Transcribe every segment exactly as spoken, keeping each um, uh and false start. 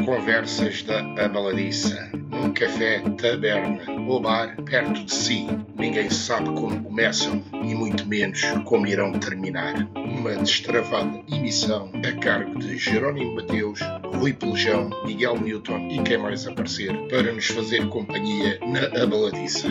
conversas da Abaladiça, num café, taberna ou bar perto de si. Ninguém sabe como começam e muito menos como irão terminar. Uma destravada emissão a cargo de Jerónimo Mateus, Rui Pelejão, Miguel Newton e quem mais aparecer para nos fazer companhia na Abaladiça.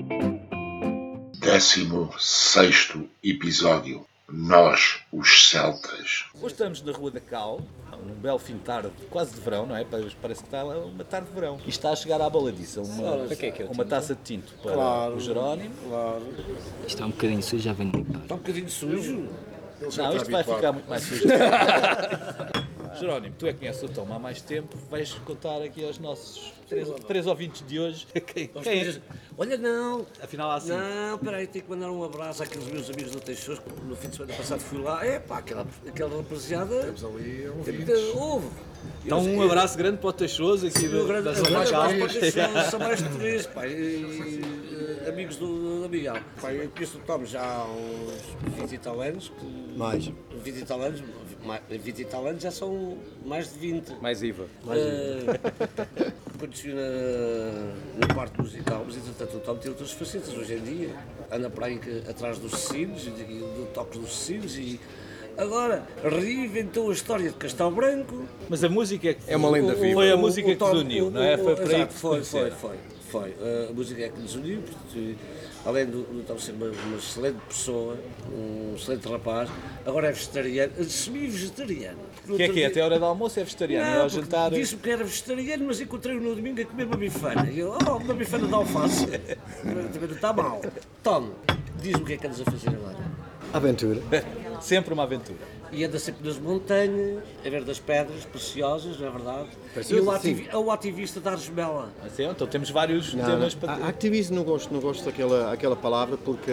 Décimo sexto episódio. Nós, os celtas. Hoje estamos na Rua da Cal, num belo fim de tarde, quase de verão, não é? Parece que está uma tarde de verão. E está a chegar à Abaladiça, uma, que é que é uma taça de tinto para claro, o Jerónimo. Claro. Isto está um bocadinho sujo, já vem limpar. Está um bocadinho sujo. Não, isto vai ficar muito mais sujo. Jerónimo, tu é que conheces o Tom há mais tempo, vais contar aqui aos nossos três, três ouvintes de hoje quem, quem é. Olha, não. Afinal há assim. Não, peraí, tenho que mandar um abraço àqueles meus amigos do Teixeira, que no fim de semana passado fui lá. É pá, aquela, aquela rapaziada. Temos ali ouvintes. Houve. Então um abraço grande para o Teixoso aqui do, da, da da Zona Cal. São mais de três, pá, e, e, amigos do, do Miguel. Pá, eu conheço o Tom já há uns vinte e tal anos. Que, Mais. vinte e tal anos, vinte e tal anos já são mais de vinte. Mais I V A. Mais uh, Conheci na, na parte musical, mas entretanto o Tom tem outras facetas hoje em dia. Anda para aí atrás dos cecinos, do toque dos cecinos e agora reinventou a história de Castelo Branco. Mas a música é que é uma lenda viva. Foi a música que nos uniu, não é? Foi para aí que foi, foi, foi, foi. A música é que nos uniu, porque, além do, do Tom ser uma, uma excelente pessoa, um excelente rapaz, agora é vegetariano, semi-vegetariano. O que é que é? Até a hora do almoço é vegetariano, não, e ao jantar... Disse-me que era vegetariano, mas encontrei-o no domingo a comer uma bifana. E eu, oh, uma bifana de alface. Também não está mal. Tom, diz-me o que é que andas a fazer agora. Aventura. Sempre uma aventura. E anda sempre nas montanhas, a ver das pedras preciosas, não é verdade? Preciosas, e o, ativi o ativista da Argemela. Assim, então temos vários Não, temas não. para... Ativismo não gosto, não gosto daquela aquela palavra porque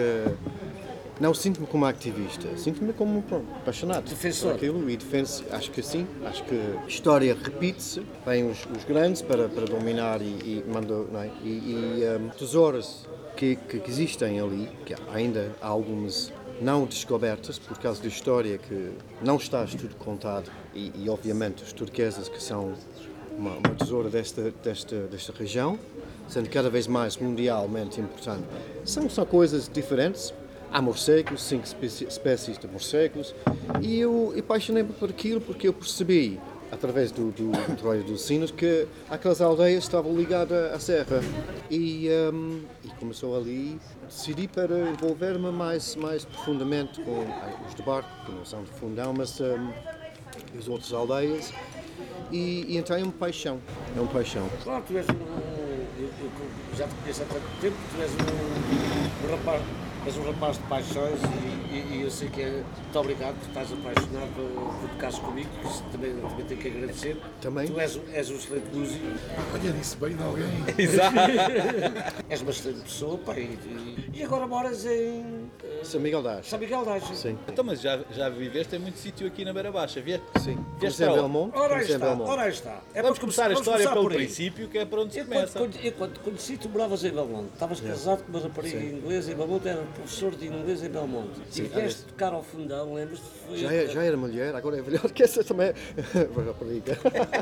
não sinto-me como ativista, sinto-me como pronto, apaixonado defensor. por aquilo e defenso, acho que sim, acho que a história repite-se, vêm os, os grandes para, para dominar e, e mandam, não é? E, e um, tesouros que, que existem ali, que ainda há algumas não descobertas por causa da história que não está tudo contado e, e obviamente os turquesas que são uma, uma tesoura desta, desta, desta região, sendo cada vez mais mundialmente importante. São só coisas diferentes. Há morcegos, cinco espécies de morcegos e eu apaixonei-me por aquilo porque eu percebi através do, do, do trabalho dos sinos que aquelas aldeias estavam ligadas à serra e, um, e começou ali, decidi para envolver-me mais, mais profundamente com os de barco, que não são de fundão, mas um, as outras aldeias e, e então é uma paixão, é uma paixão. Claro, tu és um, eu, eu já te conheço há tanto tempo, tu és um, um rapaz, és um rapaz de paixões e, e, e eu sei que é muito obrigado por estás apaixonado por, por tocares comigo, que isso também, também tenho que agradecer. Também. Tu és, és um excelente músico. Olha, disse bem de alguém. Exato. És uma excelente pessoa, pá, e, e, e agora moras em São Miguel das. São Miguel das. Sim. Então, mas já, já viveste em muito sítio aqui na Beira Baixa, vieste? Sim. Vieste Comecei em para onde? Belmonte. Ora aí comecei em está, Belmonte. ora aí está. É Vamos para começar a vamos história começar pelo por aí. princípio, que é para onde se Eu começa. quando, eu quando conheci, tu moravas em Belmonte, estavas casado com uma rapariga inglesa em Belmonte, era professor de inglês em Belmonte. Sim, e vieste tocar ao fundão, lembras-te? Foi Já, é- já era mulher, agora é melhor que essa também. Rapariga.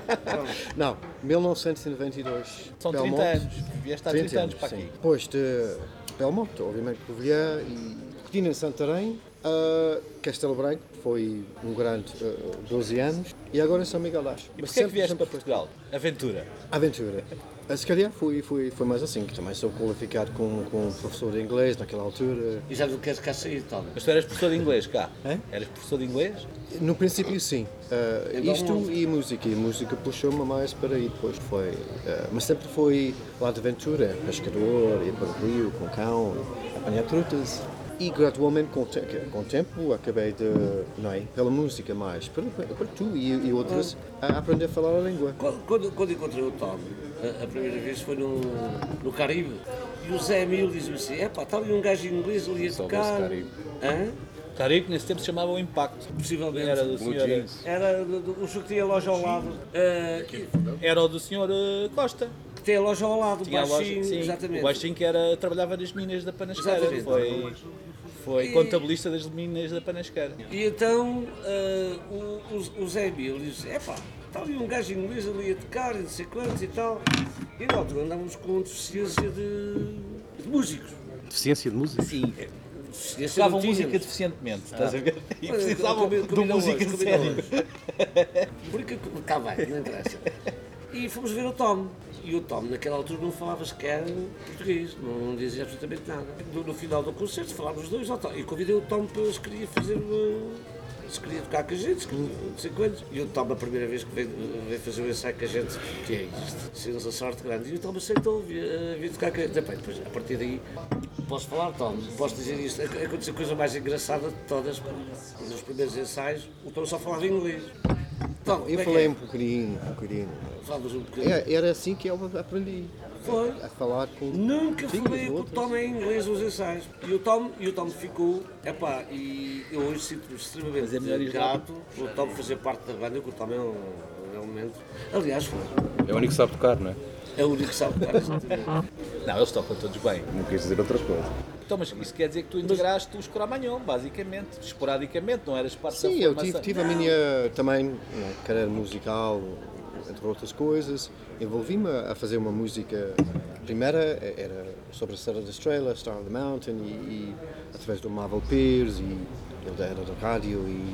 Não, mil novecentos e noventa e dois. São trinta Belmonte. anos, vieste há trinta anos para sim. aqui. Depois de Belmonte, obviamente Covilhã e Coutinho em Santarém, uh, Castelo Branco, foi um grande uh, doze anos, e agora em São Miguel das. E porquê é que vieste para Portugal? Aventura. Aventura. Uh, Se calhar foi, foi, foi mais assim, que também sou qualificado como, como professor de inglês naquela altura. E já não queres cá sair, tal. Mas tu eras professor de inglês cá? É? Eras professor de inglês? No princípio sim, uh, Então, isto não- e música, e música puxou-me mais para aí depois, foi, uh, mas sempre foi lá de aventura, pescador, ir para o rio com cão, apanhar trutas. E gradualmente, com o, te com o tempo, acabei de, não é, pela música mais, para, para tu e, e outros, a aprender a falar a língua. Quando, quando, quando encontrei o Tom, a, a primeira vez foi no, no Caribe, e o Zé Emílio diz-me assim, epá, está ali um gajo inglês ali a tocar. Hã? Caribe, nesse tempo se chamava o Impacto. Possivelmente. Era do senhor, Era do, do, o senhor que tinha a loja ao lado. Uh, que, era o do senhor uh, Costa. que tem a loja ao lado, o Tinha a baixinho, loja, sim, exatamente. o baixinho que era, trabalhava nas minas da Panasqueira. Exatamente. Foi, Foi E- contabilista das meninas da Panasqueira. E então ah, o, o, o Zé Emílio disse, epá, está ali um gajo inglês ali a tocar e não sei quantos e tal. E na altura andávamos com deficiência de, de músicos. Deficiência de música? Sim, Deficiência tocavam não música tínhamos. deficientemente, estás a ver? E Olha, precisavam combina- de combina música hoje, combina séria. hoje. Porque está bem, não interessa. E fomos ver o Tom. E o Tom, naquela altura, não falava sequer português, não dizia absolutamente nada. No, no final do concerto, falámos os dois ao Tom. E convidei o Tom para se queria fazer uma. Se queria tocar com a gente, se queria, não sei quantos. E o Tom, a primeira vez que veio, veio fazer o ensaio com a gente, que é isto, sendo a sorte grande. E o Tom aceitou vir, vir tocar com a gente. Depois, depois, a partir daí, posso falar, Tom, posso dizer isto. Aconteceu a coisa mais engraçada de todas, porque nos primeiros ensaios, o Tom só falava inglês. Tom, como é Eu que falei é? um bocadinho, um bocadinho. Falas um bocadinho. É, era assim que eu aprendi Foi. a falar com. Nunca Sim, falei os com o outros. Tom em inglês nos ensaios. E o Tom, e o Tom ficou, epá, e eu hoje sinto-me extremamente Mas é melhor ir grato por o Tom fazer parte da banda, porque o Tom é um, é um momento. Aliás, foi. É o único que sabe tocar, não é? É o único que sabe tocar, exatamente. Não, eles tocam todos bem. Não quis dizer outra coisa. Então, mas isso quer dizer que tu integraste os Cro-Magnon, basicamente, esporadicamente, não eras parte Sim, da eu formação. tive, tive a minha também né, carreira musical, entre outras coisas. Envolvi-me a fazer uma música. A primeira era sobre a Serra da Estrela, Star of the Mountain, e, e através do Marvel Pierce, e ele era da rádio, e,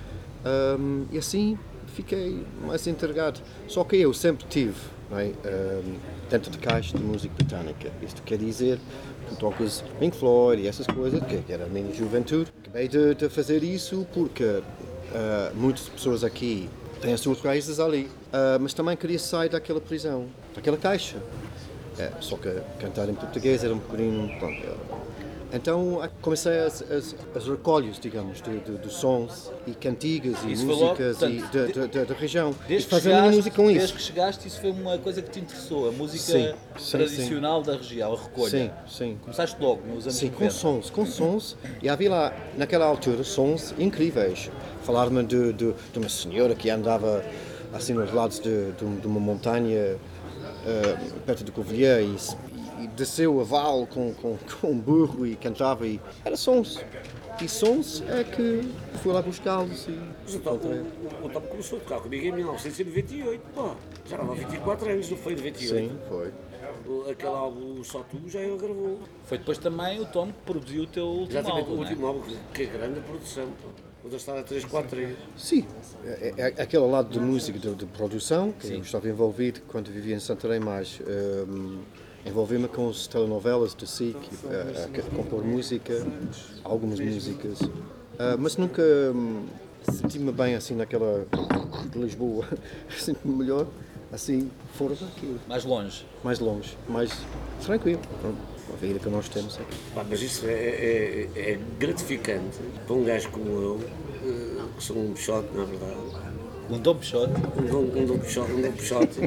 um, e assim fiquei mais integrado. Só que eu sempre tive não é, um, dentro de caixa de música britânica. Isto quer dizer que tocas Pink Floyd e essas coisas, que, que era a minha juventude. Acabei de, de fazer isso porque uh, muitas pessoas aqui têm as suas raízes ali, uh, mas também queria sair daquela prisão, daquela caixa. É, só que cantar em português era um bocadinho. Pronto, eu- então comecei as, as, as recolhas, digamos, de, de, de sons e cantigas e Isso foi logo, músicas portanto, e da de, de, de região. Desde e que, fazendo chegaste, música com desde isso. que chegaste, isso foi uma coisa que te interessou, a música Sim, sim, tradicional da região, a recolha. Sim, sim. Começaste logo, nos anos Sim, com noventa. sons, com sons. E havia lá, naquela altura, sons incríveis. Falar-me de, de, de uma senhora que andava assim nos lados de, de, de uma montanha uh, perto de Covilhã e, e desceu a val com, com, com um burro e cantava. E, era sons. E sons é que fui lá buscá-los e Mas o Tom, encontrei. o, o Tom começou a tocar comigo em mil novecentos e noventa e oito, pô, já estava há vinte e quatro anos, não foi em noventa e oito? Sim, foi. O- Aquele álbum Só Tu já ele gravou. Foi depois também o Tom que produziu o teu último Exatamente, álbum, o não é? último álbum, que, que é grande produção, pô. O da Estrada três quatro três. Sim, é, é, aquele lado de música, de, de produção, que eu estava envolvido quando vivia em Santarém mais. Um, Envolvi-me com as telenovelas de S I C, a, a compor música, algumas músicas, uh, mas nunca um, senti-me bem assim naquela de Lisboa. Sinto-me melhor assim fora daquilo, Mais longe. mais longe, mais tranquilo. Pronto, a vida que nós temos aqui. Pá, mas isso é, é- é gratificante para um gajo como eu, eh, que sou um bichote, na verdade. Um Dom Peixoto. Um dom, um dom bichote, um dom bichote.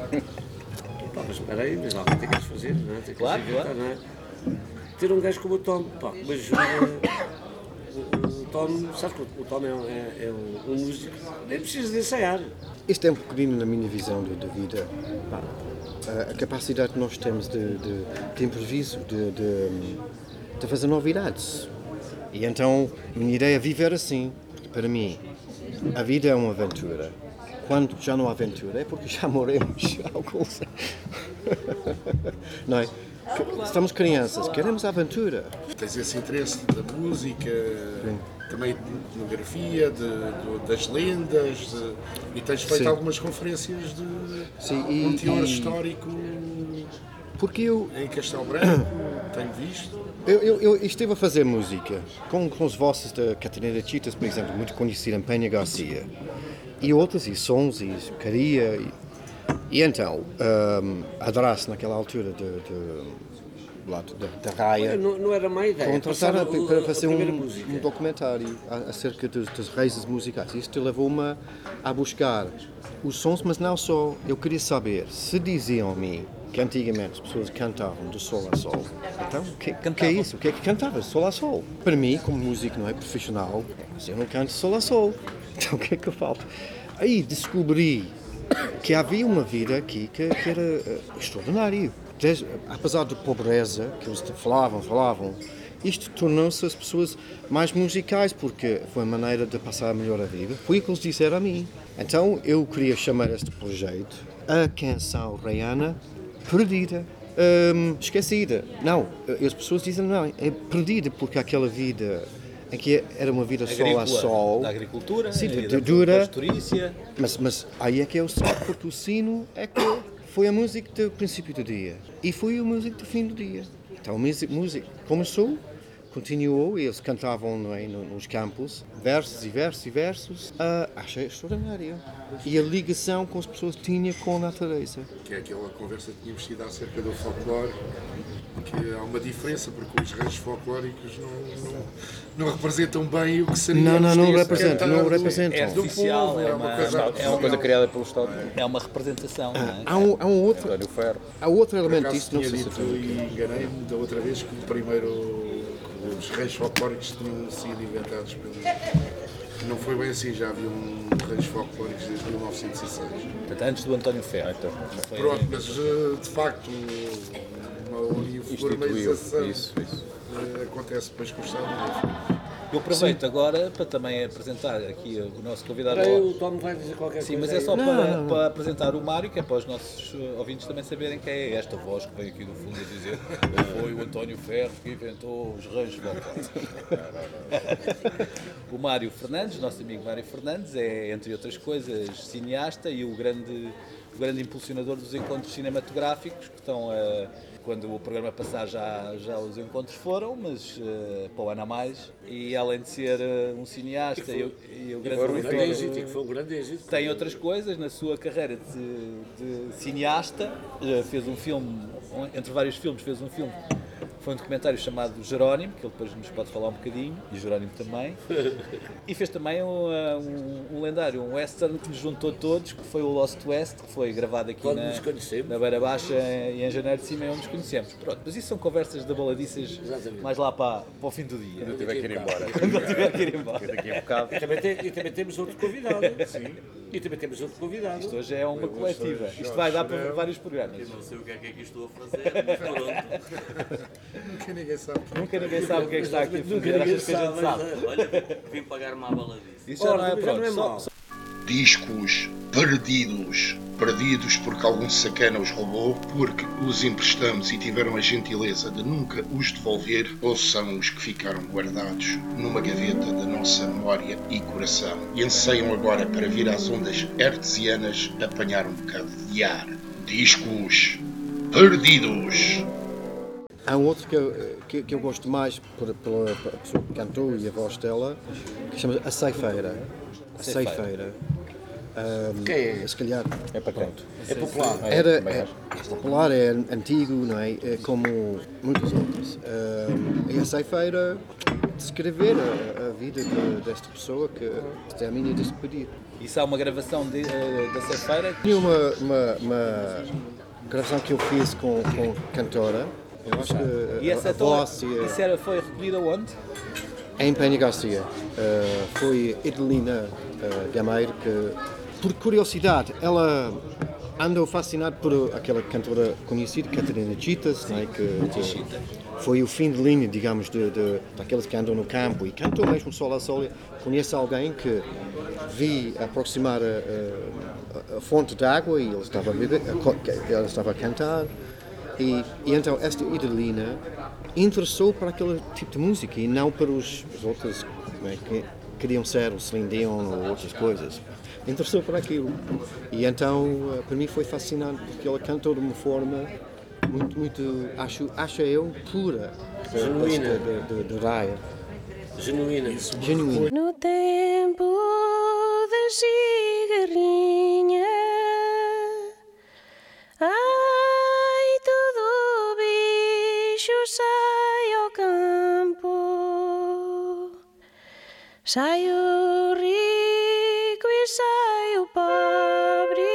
Pá, mas espera aí, mas alguém tem que as fazer, não é? Tem que Claro, as inventar, claro. não é? Ter um gajo como o Tom, pá, mas eh, o, o Tom, sabes que o Tom é, um- é- é um, um músico, nem precisa de ensaiar. Isto é um bocadinho na minha visão de, de vida. Pá, a, a capacidade que nós temos de, de, de improviso, de, de, de fazer novidades. E então, a minha ideia é viver assim. Porque para mim, a vida é uma aventura. Quando já não há aventura, é porque já morremos alguns. Não é? Estamos crianças, queremos aventura. Tens esse interesse da música, também de etnografia, de, de- das lendas, de- e tens feito Sim. algumas conferências de Sim, e- um teor e- histórico Porque eu, em Castelo Branco, tenho visto. Eu, eu, eu estive a fazer música com, com as vozes da Catarina Chitas, por exemplo, muito conhecida em Penha Garcia, e outras, e sons, e Caria, e, e então, um, adorasse naquela altura de, de, lá de, da raia, Olha, não, não era má ideia. contrataram passar o- para a fazer primeira um, música. um documentário a- acerca dos, das raízes musicais. Isto levou-me a buscar os sons, mas não só. Eu queria saber se diziam-me que antigamente as pessoas cantavam de sol a sol. Então, o que, que é isso? O que é que cantava? Sol a sol. Para mim, como músico não é profissional, mas eu não canto sol a sol. Então, o que é que eu falta? Aí descobri que havia uma vida aqui que, que era uh, extraordinária. Desde, apesar de pobreza, que eles falavam, falavam, isto tornou-se as pessoas mais musicais, porque foi a maneira de passar melhor a vida. Foi o que eles disseram a mim. Então eu queria chamar este projeto A Canção Rihanna Perdida. Hum, esquecida. Não, as pessoas dizem não, é perdida, porque aquela vida em que era uma vida sol a sol. Da agricultura, sim, e de, da dura. pastorícia. Mas, mas aí é que é o certo, porque o sino é que foi a música do princípio do dia e foi a música do fim do dia. Então a música, música começou, continuou, e eles cantavam, não é, nos campos, versos e versos e versos. Uh, achei extraordinário. E a ligação com as pessoas tinha com a natureza. Que é aquela conversa que tínhamos tido acerca do folclore, que há uma diferença, porque os reis folclóricos não, não, não representam bem o que seria. Não, não, não representam, não representam. É artificial, é uma, É uma coisa criada pelo Estado. é uma representação. Não é? Há um, há um outro, António Ferro. há outro Por elemento acaso disso, não tinha sei se dito foi. e enganei-me da outra vez que o primeiro, que os reis folclóricos tinham sido inventados pelo... Não foi bem assim, já havia um reis folclóricos desde mil novecentos e seis. Portanto, antes do António Ferro. Então, não foi Pronto, assim. mas eh, de facto uma uniformização Isso, isso. eh, acontece depois com o Estado. Eu aproveito agora para também apresentar aqui o nosso convidado. Espera aí, o Tom vai dizer qualquer Sim, coisa. mas é aí. só Não, para, não, não. para apresentar o Mário, que é para os nossos uh, ouvintes também saberem quem é esta voz que vem aqui do fundo a dizer foi o António Ferro que inventou os ranhos folclóricos. O Mário Fernandes, nosso amigo Mário Fernandes, é, entre outras coisas, cineasta e o grande, o grande impulsionador dos encontros cinematográficos, que estão a... Quando o programa passar já, já os encontros foram, mas uh, para o ano a mais. E além de ser uh, um cineasta e, o- e o grande Foi um grande produtor, êxito, e que foi um grande êxito. tem outras coisas na sua carreira de, de cineasta. Uh, fez um filme, um- entre vários filmes, fez um filme. Foi um documentário chamado Jerónimo, que ele depois nos pode falar um bocadinho, e Jerónimo também. E fez também um, uh, um, um lendário, um western que nos juntou todos, que foi o Lost West, que foi gravado aqui Quando na, nos conhecemos. na Beira Baixa e em janeiro de cima é onde nos conhecemos. Pronto, mas isso são conversas de baladiças Exatamente. mais lá para, para o fim do dia. Eu tive que ir embora. Quando tiver que ir embora. Daqui a bocado. E também, tem- e também temos outro convidado. Sim. E também temos outro convidado. Isto hoje é uma coletiva. Isto vai dar para vários programas. Não sei o que é que é que estou a fazer, mas pronto. Nunca ninguém sabe. Nunca ninguém sabe o que é que está aqui a Nunca fazer. ninguém Achas que a gente sabe, sabe? Olha, vim pagar-me à baladice. Isso já Ora, não é também já não pronto. é Só- mau. só- Discos perdidos. Perdidos porque algum sacana os roubou, porque os emprestamos e tiveram a gentileza de nunca os devolver, ou são os que ficaram guardados numa gaveta da nossa memória e coração e anseiam agora para vir às ondas artesianas apanhar um bocado de ar. Discos perdidos. Há um outro que eu, que, que eu gosto mais por- pela, pela pessoa que cantou e a voz dela, que chama A Ceifeira. A Ceifeira. Ceifeira. Ahm, Quem é? Se calhar É para canto. É popular. era também é, acho. é popular, é antigo, não é? É como muitos outros. Ahm, e a Ceifeira descrever a, a vida de- desta pessoa que termina de despedir. Isso há uma gravação de, eh, da Ceifeira. Tinha uma, uma, uma gravação que eu fiz com, com cantora. Eu acho que E a, essa a toda, voz e a- isso era, foi recolhida onde? em Penha Garcia. Uh, foi Edelina uh, Gameiro que, por curiosidade, ela andou fascinada por aquela cantora conhecida, Catarina Chitas, não é? que, que foi o fim de linha, digamos, de, de, daqueles que andam no campo e cantou mesmo sol a sol. Conhece alguém que vi aproximar a, a, a fonte de água e ele estava a beber, a co- ela estava a cantar. E, e então esta Edelina interessou para aquele tipo de música e não para os, os outros, não é, que queriam ser o Celine Dion ou outras coisas. Interessou para aquilo. E então, eh, para mim foi fascinante porque ela cantou de uma forma muito, muito, acho, acho eu, pura. de- Genuína. De, de, de raia. Genuína. Genuína. No tempo da cigarrinha, ai, todo bicho sai ao campo, sai o rico e sai o pobre,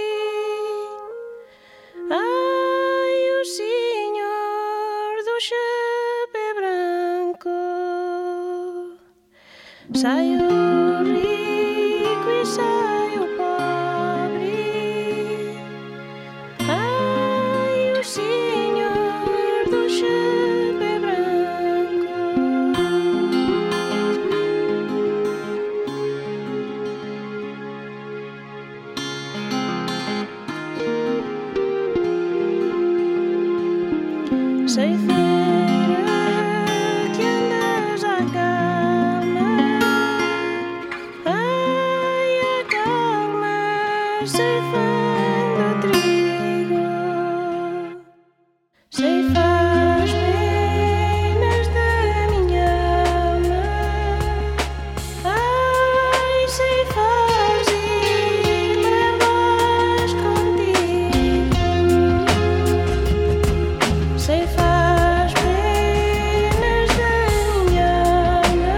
ai, o senhor do chapéu branco. Sai o rico e sai o pobre. Ai, o senhor do chapéu branco. ceifeira que andas à calma, ai, a calma, ceifando o trigo, ceifa as penas da minha alma, ai, ceifas e levas contigo, ceifa as penas da minha alma,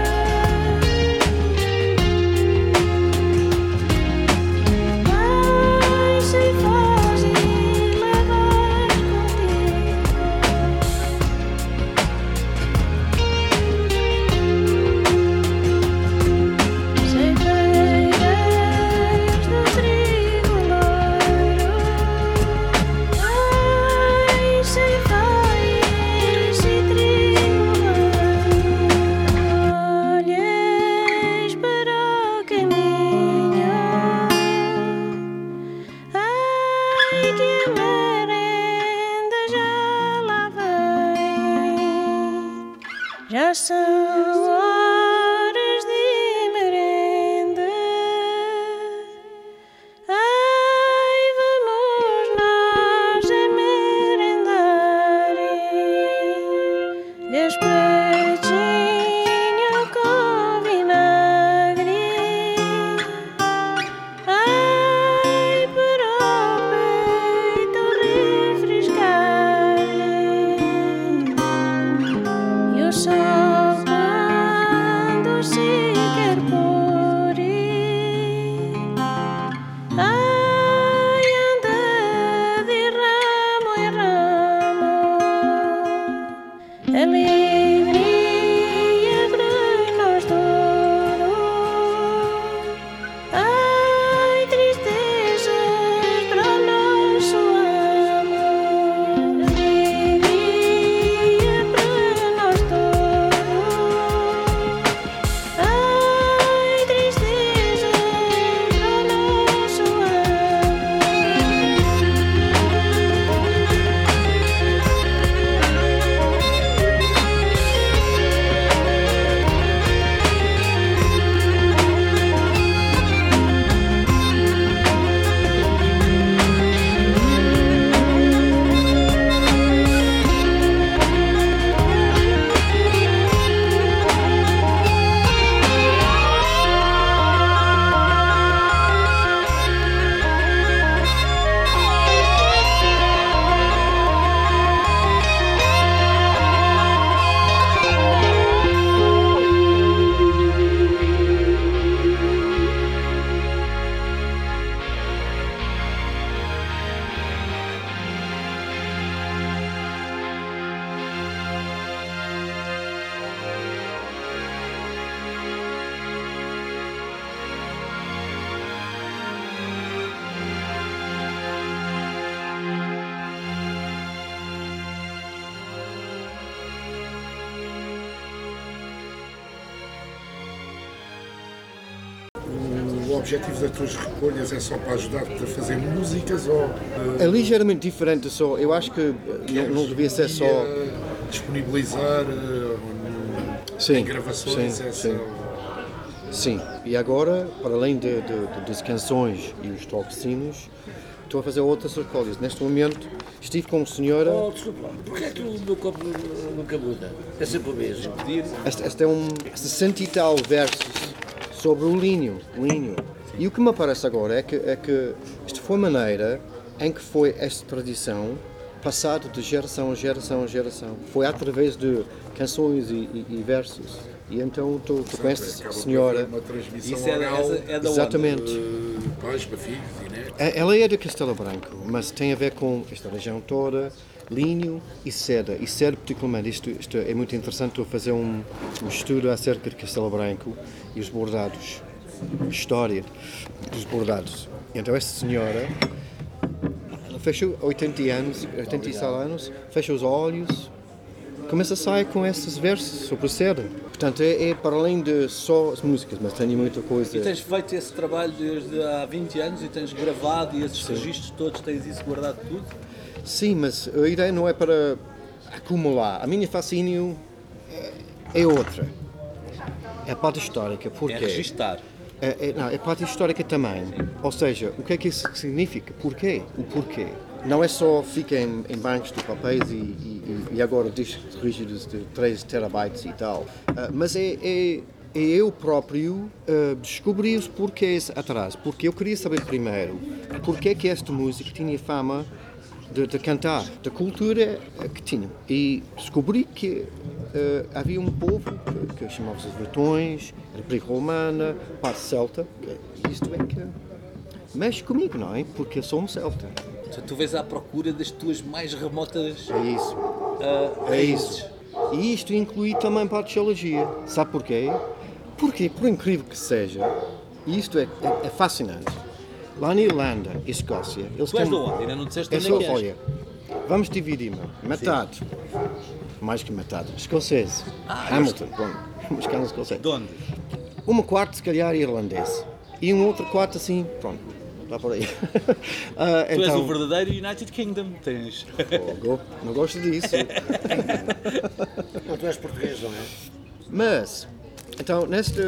ai, ceifas e levas contigo, ceifeiras do trigo loiro, ai, ceifai esse trigo loiro, olheis para o caminho, ai, que a merenda já lá vem, já são horas de merenda, ai, vamos nós a merendar, lhes peitinho com vinagre, ai, para o peito refrescar, e o sol quando se quer pôr, ai, anda de ramo em ramo, alegria para nós todos, ai, tristezas para o nosso amo, alegria para nós todos, ai, tristezas para o nosso O objetivo das tuas recolhas é só para ajudar-te a fazer músicas ou eh, É ligeiramente diferente só. Eu acho que não, não devia ser só. eh, disponibilizar eh, Sim, em gravações sim, essa. sim. Sim, e agora, para além de, de, de- das canções e os toquecinos, estou a fazer outras recolhas. Neste momento estive com uma senhora. Oh, desculpa, porquê é que o meu copo nunca muda? É sempre o mesmo. Este, este é um sessenta e tal versos sobre o linho, linho. E o que me aparece agora é que, é que isto foi maneira em que foi esta tradição passada de geração a geração a geração. Foi através de canções e, e, e versos. E então estou com esta Acaba por senhora. haver uma transmissão Isso é, oral essa é da Exatamente. de pais para filhos e netos. Ela é de Castelo Branco, mas tem a ver com esta região toda, linho e seda. E seda particularmente, isto, isto é muito interessante, estou a fazer um, um estudo acerca de Castelo Branco e os bordados, a história dos bordados. Então esta senhora, ela fecha oitenta anos, oitenta e tal anos, fecha os olhos, começa a sair com esses versos sobre seda. Portanto, é, é para além de só as músicas, mas tenho muita coisa. E tens feito esse trabalho desde há vinte anos e tens gravado e esses registros todos, tens isso guardado tudo? Sim, mas a ideia não é para acumular. A minha fascínio é, é outra. É a parte histórica. Porquê? É registar. É, é, não, é a parte histórica também. Ou seja, o que é que isso significa? Porquê? O porquê. Não é só fica em, em bancos de papéis e, e, e agora discos rígidos de três terabytes e tal. Uh, mas é, é, é eu próprio uh, descobrir os porquês atrás. Porque eu queria saber primeiro porquê que esta música tinha fama de, de cantar, da cultura que tinha. E descobri que uh, havia um povo que, que chamava-se os Bretões, República Romana, parte celta. Que isto é que mexe comigo, não é? Porque eu sou um celta. Então, tu vês à procura das tuas mais remotas É isso. uh, É raízes. isso. E isto inclui também para a teologia. Sabe porquê? Porque, por incrível que seja, e isto é, é, é fascinante, lá na Irlanda e Escócia, eles Tu és de têm... onde? Ainda não disseste Eu onde é sou, que és. olha, vamos dividir, meu. Metade, mais que metade, escocese. Hamilton, pronto, mas cá no escocese. De onde? Uma quarta, se calhar, irlandês. E um outro quarto, assim, pronto, está por aí. Ah, Tu és então, o verdadeiro United Kingdom. Tens. Fogo, não gosto disso. Não, tu és português, não é? Mas, então, neste...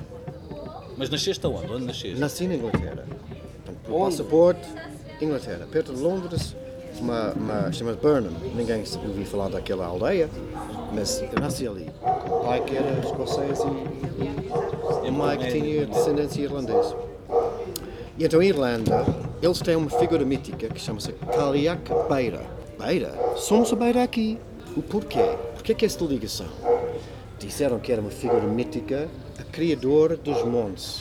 Mas nasceste aonde? Onde nasceste? Nasci na Inglaterra. Portanto, pelo passaporte, Inglaterra. Perto de Londres, uma, uma chama-se Burnham. Ninguém ouviu falar daquela aldeia, mas eu nasci ali. O pai que era escocês e, e a mãe que tinha descendência irlandesa. E então, em Irlanda, eles têm uma figura mítica que chama-se Cailleach Beira. Beira? Somos a Beira aqui. O porquê? Porquê que esta ligação? Disseram que era uma figura mítica, a criadora dos montes.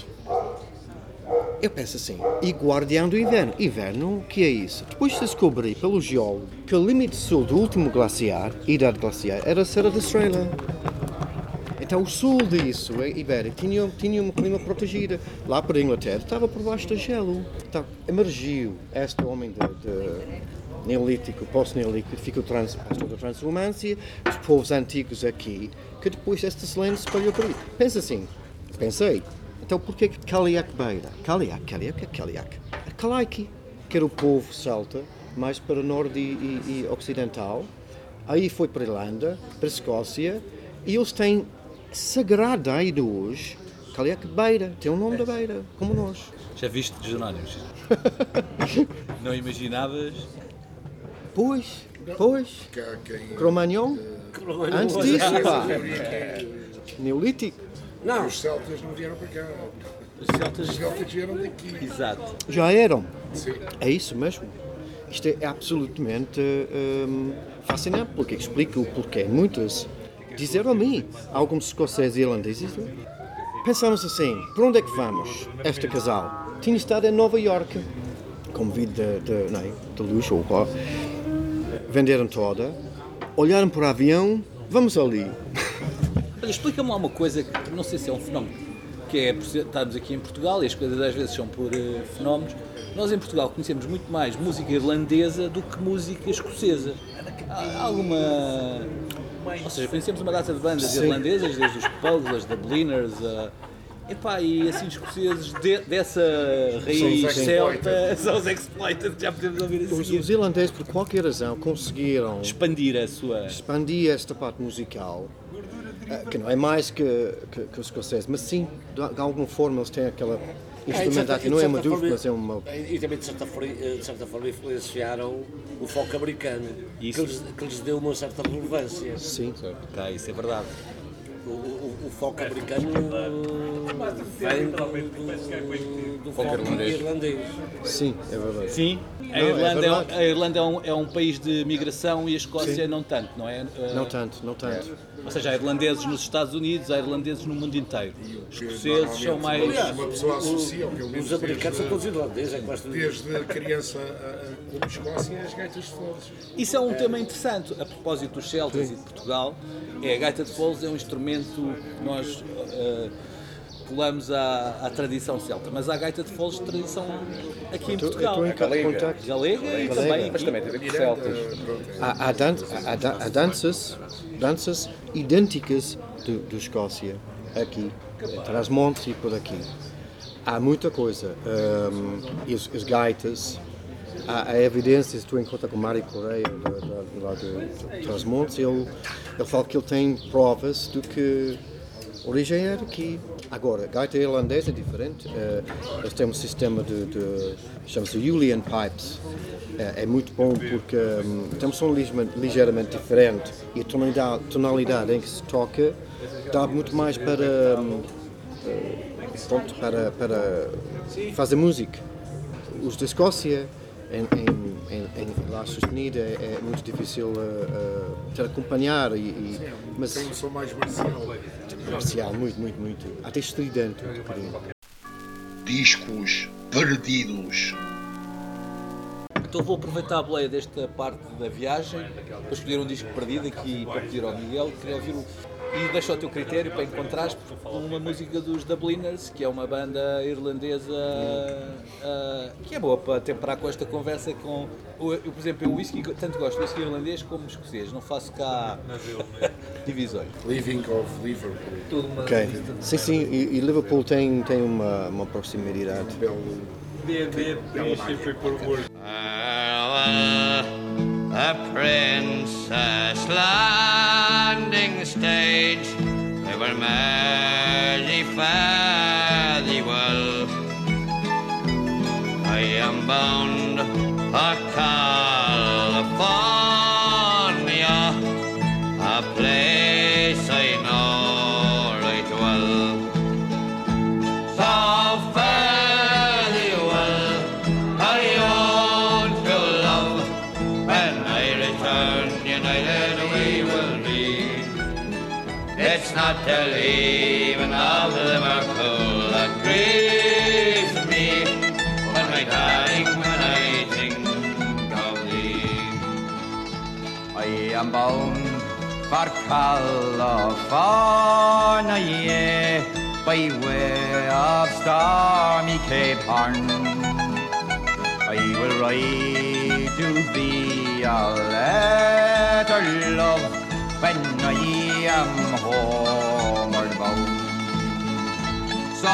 Eu penso assim, e guardião do inverno. Inverno, o que é isso? Depois de descobrir pelo geólogo que o limite sul do último glaciar, idade glaciar, era a Serra da Estrela. Então o sul disso, a Ibérica, tinha, tinha uma clima protegida. Lá para a Inglaterra estava por baixo do gelo. Então emergiu este homem de, de neolítico, pós-neolítico, ficou trans, passou da Transromância, os povos antigos aqui, que depois esta selene se espalhou por aí. Pensa assim, pensei, então porquê que Cailleach Beira? Cailleach, Cailleach, Cailleach. A Calaiki, que era o povo celta, mais para norte e, e, e ocidental, aí foi para a Irlanda, para a Escócia, e eles têm sagrada ainda hoje, Cailleach Beira, tem o nome da Beira, como nós. Já viste Jerónimos? Não imaginavas? Pois, pois, Cá, cá, em- Cromagnon, antes disso, pá, neolítico, Não, Os celtas não vieram para cá. Os celtas. Os celtas vieram daqui. Exato. já eram. Sim. É isso mesmo. Isto é absolutamente hum, fascinante, porque explica o porquê. Muitos disseram a mim, alguns escoceses e irlandeses, pensamos assim, para onde é que vamos, este casal? Tinha estado em Nova Iorque, com vida de, não é, de luxo, ou qual. Venderam toda, olharam para o avião, vamos ali. Olha, explica-me lá uma coisa que não sei se é um fenómeno, que é por ser- estarmos aqui em Portugal e as coisas às vezes são por eh, fenómenos. Nós em Portugal conhecemos muito mais música irlandesa do que música escocesa. Há alguma. Ou seja, conhecemos uma data de bandas Sim. irlandesas, desde os Pugs, as Dubliners, a... Epá, e assim escoceses de- dessa raiz São os celta, Exploited. são os Exploited, já podemos ouvir a Os, seguir. os irlandeses, por qualquer razão, conseguiram Expandir a sua. expandir esta parte musical, eh, que não é mais que, que, que os escoceses, mas sim, de, de alguma forma, eles têm aquela instrumental, que não é uma dúvida, mas é uma... E, e também, de certa, forma, de certa forma, influenciaram o folk americano, que Isso. lhes, que lhes deu uma certa relevância. Sim, Ok, isso é verdade. O, o, o folk americano vem do, do, do folk irlandês. irlandês. sim, é verdade. Sim, a Não, é Irlanda, é, verdade. a Irlanda é, um, é um país de migração e a Escócia não tanto, não é? Uh, Não tanto, não tanto. Ou seja, há irlandeses nos Estados Unidos, há irlandeses no mundo inteiro. Os escoceses são mais. Normalmente Uma pessoa associa, ou pelo menos Os americanos são todos desde, irlandeses, é quase tudo. desde criança a- a- como Escócia, as gaitas de foles. Isso é um tema interessante. A propósito dos celtas e de Portugal, é a gaita de foles é um instrumento que nós uh, pulamos à, à tradição celta, mas há a gaita de foles de tradição aqui em Eu Portugal. estou em contacto. Galega e Galega. também. Mas também tem a ver com os celtas. Há, há, dan há, dan- há danças, danças idênticas do, do Escócia, aqui, entre as montes e por aqui. Há muita coisa. Um, e os, os gaitas, há, há evidências, tu encontras com o Mário Correia, lá de Trás-Montes, ele, ele fala que ele tem provas de que a origem era aqui. Agora, a gaita irlandesa é diferente. Uh, eles têm um sistema de, de chama-se Julian Pipes. Uh, é muito bom porque um, tem um som ligeiramente diferente e a tonalidade, tonalidade em que se toca dá muito mais para, um, uh, pronto, para, para fazer música. Os da Escócia, em, em, em, em lá sustenida, é, é muito difícil uh, uh, ter acompanhar, e, e, mas Tem um som mais marcial. marcial, muito, muito, muito, até estridente um bocadinho. Discos perdidos. Então vou aproveitar a boleia desta parte da viagem para escolher um disco perdido aqui para pedir ao Miguel. Queria ouvir o... E deixa ao teu critério para encontrares uma música dos Dubliners, que é uma banda irlandesa uh, que é boa para temperar com esta conversa. Com eu, eu, por exemplo, eu whisky, tanto gosto de whisky irlandês como escocês, não faço cá divisões. Living of Liverpool. Tudo uma Ok, lista de- sim, sim, e, e Liverpool tem, tem uma, uma proximidade. A princess landing stage, they were merry fairly well. I am bound for California, a place I know right well. So fairly well I own to love. When I return, united we will be. It's not the leaving of Liverpool that grieves me, but my darling, when I think of thee. I am bound for California, yeah, by way of stormy Cape Horn. I will ride to be a letter, love, when I am homeward bound. So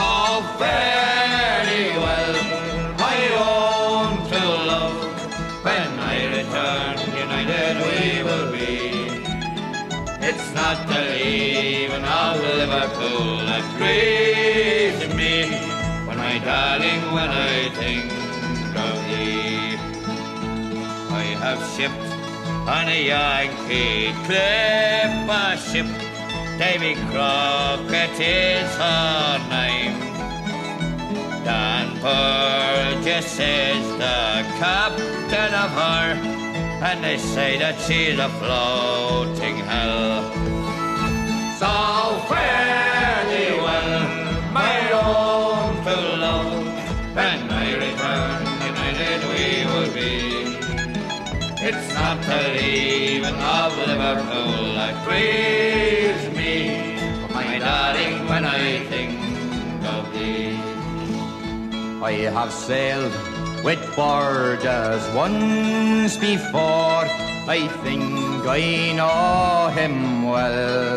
very well I own to love, when I return united we will be. It's not the leaving of Liverpool that grieves me, but my darling, when I think of thee. I have shipped on a Yankee clipper ship, Davy Crockett is her name. Dan Burgess is the captain of her, and they say that she's a floating hell. So fairly well, my own to love, when I return, united we will be. It's not the leaving of Liverpool that grieves me, but my darling, when I think of thee. I have sailed with Burgess once before, I think I know him well.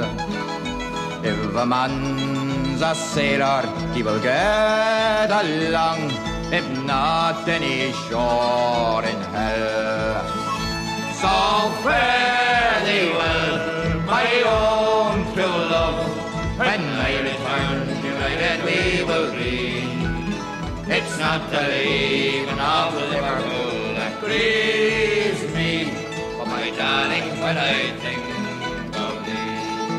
If a man's a sailor, he will get along, if not, then he's sure in hell. So fairly well, my own true love, when I return, united we will be. It's not the leaving of Liverpool that grieves me, but my darling, when I think of thee.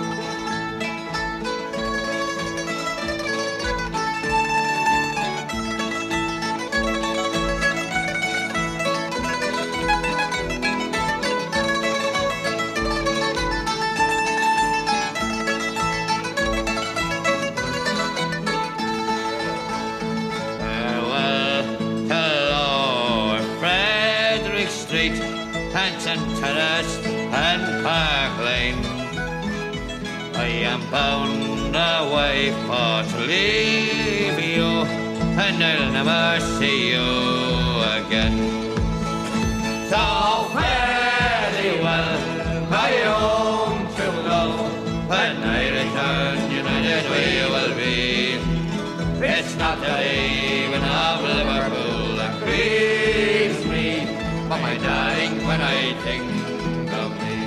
Saint Terrace and Park Lane. I am bound away for to leave you, and I'll never see you again. So fairly well, my own true love, when I return, united we will be. It's not the leaving of Liverpool that grieves me, my darling, when I think of thee.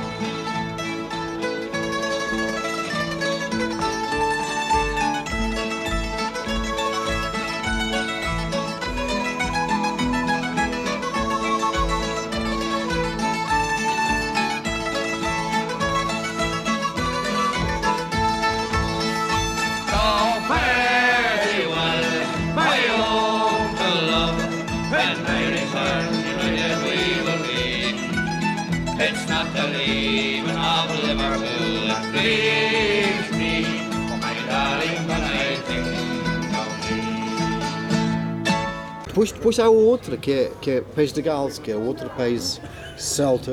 It's not the leaving of Liverpool that grieves me, oh my darling, when I think of thee. Depois, depois há outra, que é, que é País de Gales, que é outro país celta,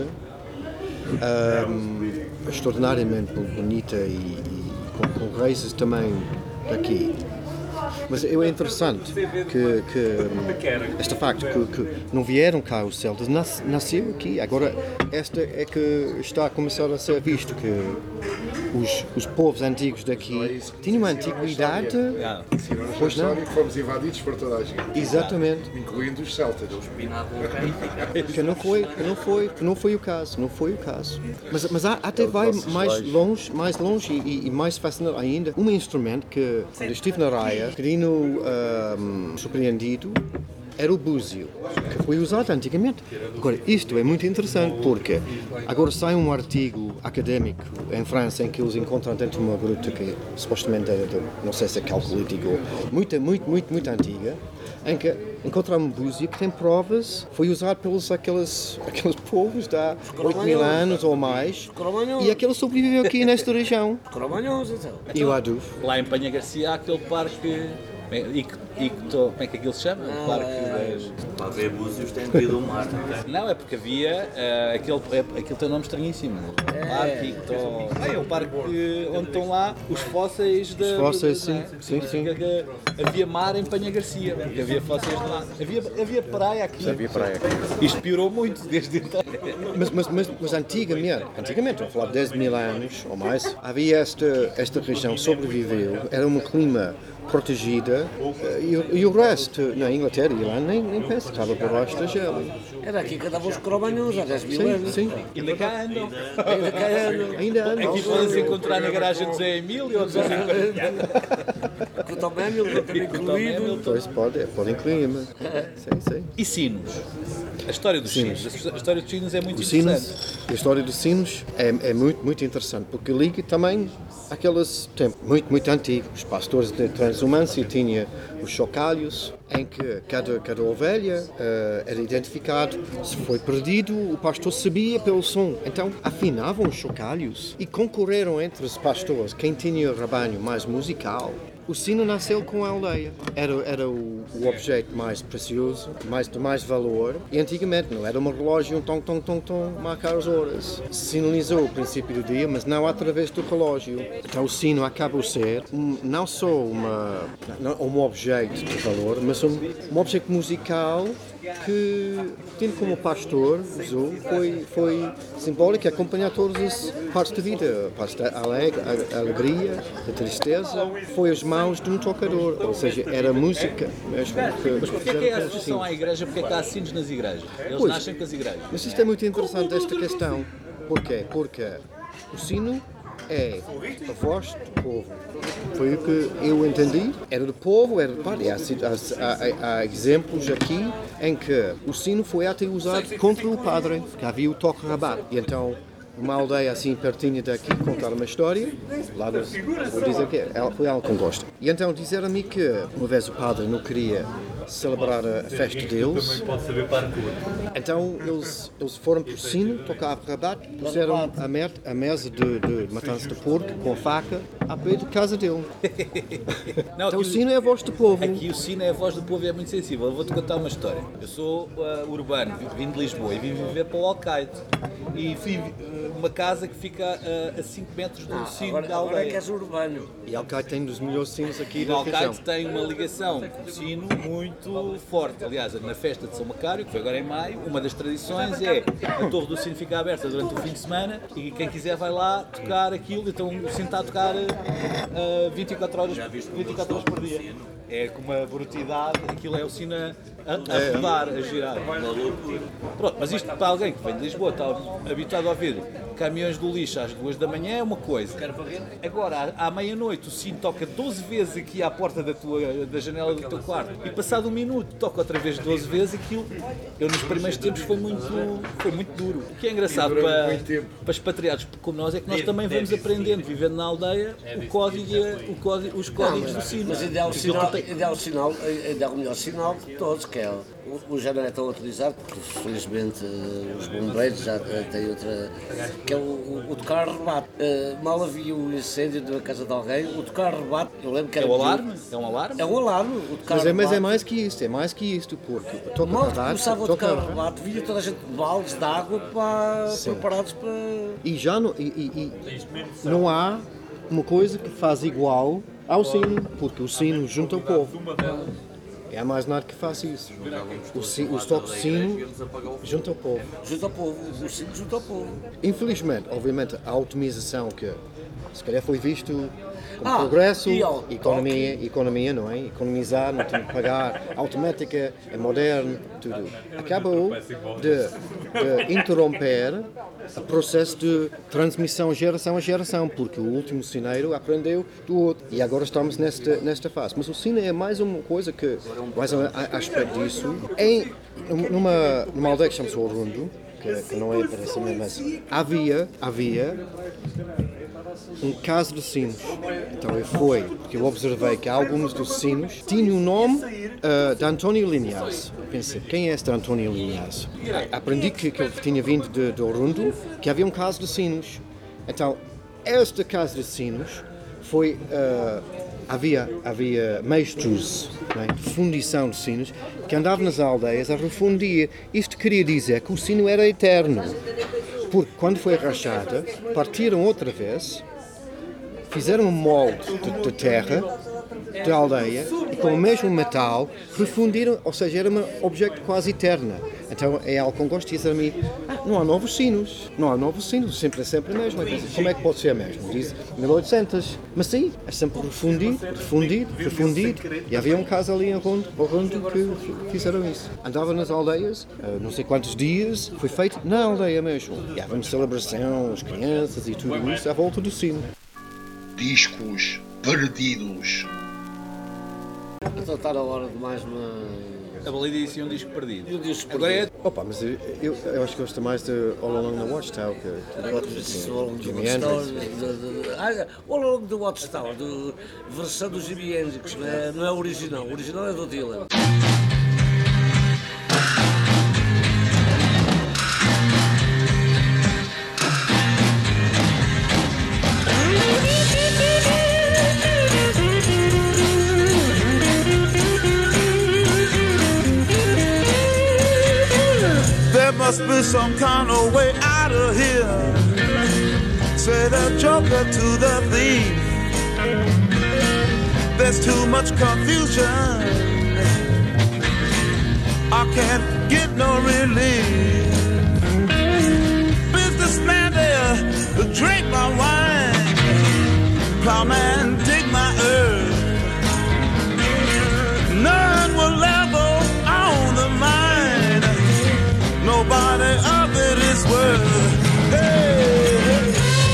um, extraordinariamente bonita e, e com, com raízes também daqui. Mas é interessante que, que este facto que, que não vieram cá os celtas, nas, nasceu aqui. Agora, esta é que está a começar a ser visto, que os, os povos antigos daqui tinham uma antiguidade. Pois não? Que fomos invadidos por toda a gente. Exatamente. Incluindo os celtas. Que não foi, que não foi, que não foi o caso, não foi o caso. Mas, mas há, até vai mais longe, mais longe e, e mais fascinante ainda. Um instrumento que, quando estive na raia, fiquei um, surpreendido, era o búzio, que foi usado antigamente. Agora, isto é muito interessante porque agora sai um artigo académico em França em que eles encontram dentro de uma gruta que supostamente era de, não sei se é calcolítico, muito, muito, muito, muito antiga, em que encontraram um búzio que tem provas, foi usado pelos aqueles, aqueles povos de há oito mil anos ou mais, e aquele sobreviveu aqui nesta região. Cromanhões, então. E o Aduf. Lá em Penha Garcia há aquele parque. Icto, Icto, como é que aquilo se chama? Ah, o parque é. das... Para ver búzios tem que ir do mar. Não, é porque havia uh, aquele, é, aquele tem um nome estranhíssimo. É. Parque Icto. Ah, é o parque que, onde estão lá os fósseis da. Os fósseis, da, sim, sim, sim. Que, que, havia mar em Penha Garcia, porque havia fósseis de lá. Havia, havia praia aqui. Havia praia aqui. Isto piorou muito desde então. Mas, mas, mas, mas antigamente, antigamente, vou falar de dez mil anos ou mais, havia esta, esta região sobreviveu, era um clima protegida e, e o resto, na Inglaterra e lá nem, nem penso, estava por baixo da gelo. Era aqui que andavam os cromanhões há dez mil Sim, anos. sim, Ainda cá andam. Ainda cá andam. ainda andam. Aqui podem-se encontrar na garagem do Zé Emílio ou do Zé Com o Tom Hamilton também incluído. Pois pode, pode incluir-me. Sim, sim. E sinos? A história dos sinos. Sinos. A história dos sinos é muito Os interessante. sinos, a história dos sinos é, é muito, muito interessante, porque liga também aqueles tempos muito, muito antigos. Os pastores de transumância tinham os chocalhos, em que cada, cada ovelha uh, era identificado. Se foi perdido, o pastor sabia pelo som. Então afinavam os chocalhos e concorreram entre os pastores quem tinha o rebanho mais musical. O sino nasceu com a aldeia. Era, era o, o objeto mais precioso, mais, de mais valor. E antigamente não era um relógio, um tom, tom, tom, tom, marcar as horas. Sinalizou o princípio do dia, mas não através do relógio. Então o sino acaba por ser um, não só uma, não, um objeto de valor, mas um, um objeto musical que, tendo como pastor, usou, foi, foi simbólico e acompanhar todas as partes da vida, a parte da alegre, a, a alegria, a tristeza, foi as mãos de um tocador, ou seja, era música mesmo. Que, Mas porquê é que é a associação à igreja? Porquê é que há sinos nas igrejas? Eles Pois. nascem com as igrejas. Mas isto é muito interessante, esta questão. Porquê? Porque o sino é a voz do povo. Foi o que eu entendi. Era do povo, era do padre. Há, há, há exemplos aqui em que o sino foi até usado contra o padre, porque havia o toque-rabat. E então, uma aldeia assim pertinho daqui contar uma história, lá do, vou dizer que ela foi ela com gosto. E então disseram-me que uma vez o padre não queria celebrar a festa deles, então eles, eles foram para o sino, tocavam rabat, puseram a, mer, a mesa de, de matança de porco com a faca à pé de casa dele. Não, Então o aqui- sino é a voz do povo. Aqui o sino é a voz do povo e é muito sensível. Eu vou-te contar uma história. Eu sou uh, urbano, vim de Lisboa e vim viver para o Alcaide. E fui uh, uma casa que fica uh, a cinco metros do sino Agora, da agora é que aldeia. és urbano. E Alcaide tem um dos melhores sinos aqui E o da região. Alcaide tem uma ligação com o sino muito forte. Aliás, na festa de São Macário, que foi agora em maio, uma das tradições é a torre do sino ficar aberta durante o fim de semana e quem quiser vai lá tocar aquilo. Então o sino está a tocar uh, vinte e quatro horas, vinte e quatro horas por dia. É com uma brutidade, aquilo é o sino a, a rodar, a girar. Pronto, mas isto para alguém que vem de Lisboa, está habituado a ouvir caminhões do lixo às duas da manhã é uma coisa. Agora, à, à meia-noite, o sino toca doze vezes aqui à porta da, tua, da janela do teu quarto e passado um minuto toca outra vez doze vezes, aquilo, eu nos primeiros tempos foi muito, foi muito duro. O que é engraçado para, para expatriados como nós é que nós também vamos aprendendo, vivendo na aldeia, o código, o código, os códigos do sino. Mas ainda é o sinal, ainda é o sinal, ainda é o melhor sinal de todos, que é o, o já não é tão utilizado, porque felizmente os bombeiros já têm outra, que é o, o, o tocar rebate. Uh, mal havia um incêndio na casa de alguém, o tocar rebate, eu lembro que era... É o alarme? É um alarme? É um alarme, o tocar Mas é, mas é rebate. mais que isto, é mais que isto, porque toca Mal a que rebate, começava a toca tocar a rebate. rebate, vinha toda a gente de baldes de água para, Sim. preparados para... E já não, e, e- e não há uma coisa que faz igual ao sino, porque o sino junta o povo. É mais nada que faça isso. O, si, o toque de sino junta o povo. Junto ao povo, o sino junto ao povo. Infelizmente, obviamente, a automização que se calhar foi visto como Ah, progresso, e ao economia, economia, não é? Economizar, não tem que pagar, automática, é moderno, tudo. Acabou de, de interromper o processo de transmissão geração a geração, porque o último sineiro aprendeu do outro. E agora estamos nesta, nesta fase. Mas o sino é mais uma coisa que, mais um aspecto disso, em, numa, numa aldeia que chama-se Orundo, que, que não é parece mesmo, mas havia, havia um caso de sinos. Então eu fui, porque eu observei que alguns dos sinos tinham o nome uh, de António Linhares. Eu pensei, quem é este António Linhares? Aprendi que, que ele tinha vindo de, de Orundo, que havia um caso de sinos. Então, este caso de sinos foi... Uh, havia, havia mestres, não é, de fundição de sinos que andavam nas aldeias a refundir. Isto queria dizer que o sino era eterno. Porque quando foi rachada, partiram outra vez, fizeram um molde de, de terra, de aldeia, e com o mesmo metal, refundiram, ou seja, era um objeto quase eterno. Então é algo que eu gosto de dizer a mim, ah, não há novos sinos, não há novos sinos, sempre é sempre o mesmo. Como é que pode ser mesmo? Diz mil e oitocentos, mas sim, é sempre refundido, refundido, refundido, e havia um caso ali em Orundo, Orundo que fizeram isso. Andava nas aldeias, não sei quantos dias, foi feito na aldeia mesmo. E havia uma celebração, as crianças e tudo isso à volta do sino. Discos perdidos. Então está na hora de mais uma... A Validade e um disco perdido. E um disco Agora é Opa, mas eu, eu, eu acho que gosto mais de All Along the Watchtower, que Ao longo do Jimi Watchtower, Hendrix. de- de- de- ah, ao longo do Watchtower, de versão do Jimi Hendrix, não é, não é original, o original é do Dylan. There must be some kind of way out of here. Say the joker to the thief. There's too much confusion. I can't get no relief. Businessman there, drink my wine. Plowman, dig my earth. None will level on the mine. Nobody of it is worth. Hey, hey.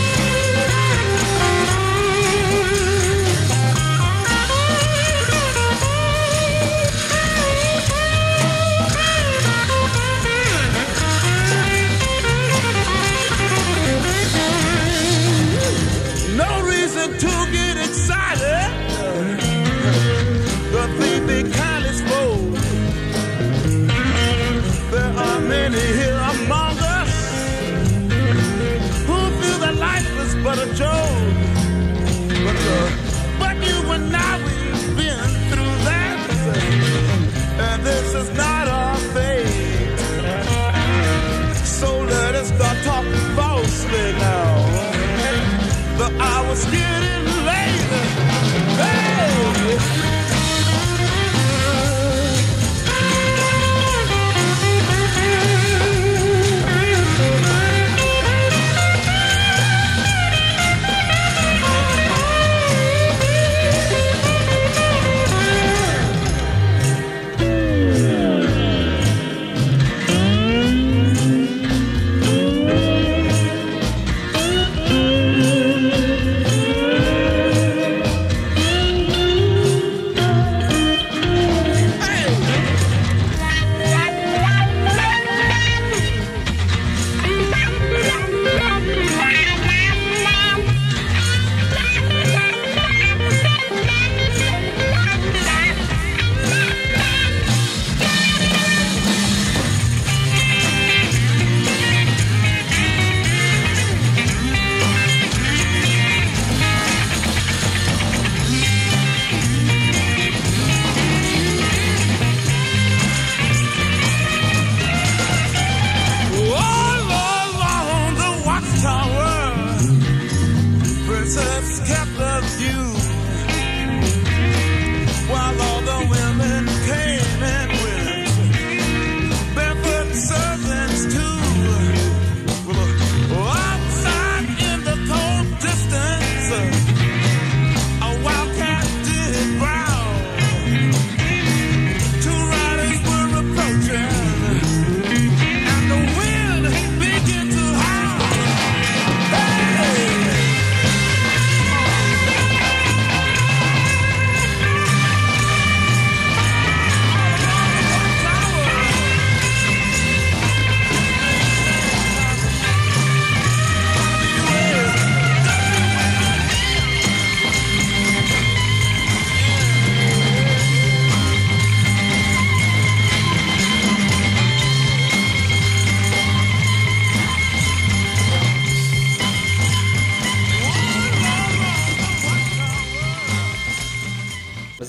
No reason to get excited. The thief be kindly spoke. There are many here among us who feel that life is but a joke. But, uh, but you and I, we've been through that, and this is not our fate. So let us start talking falsely now. The hour's getting late. Hey!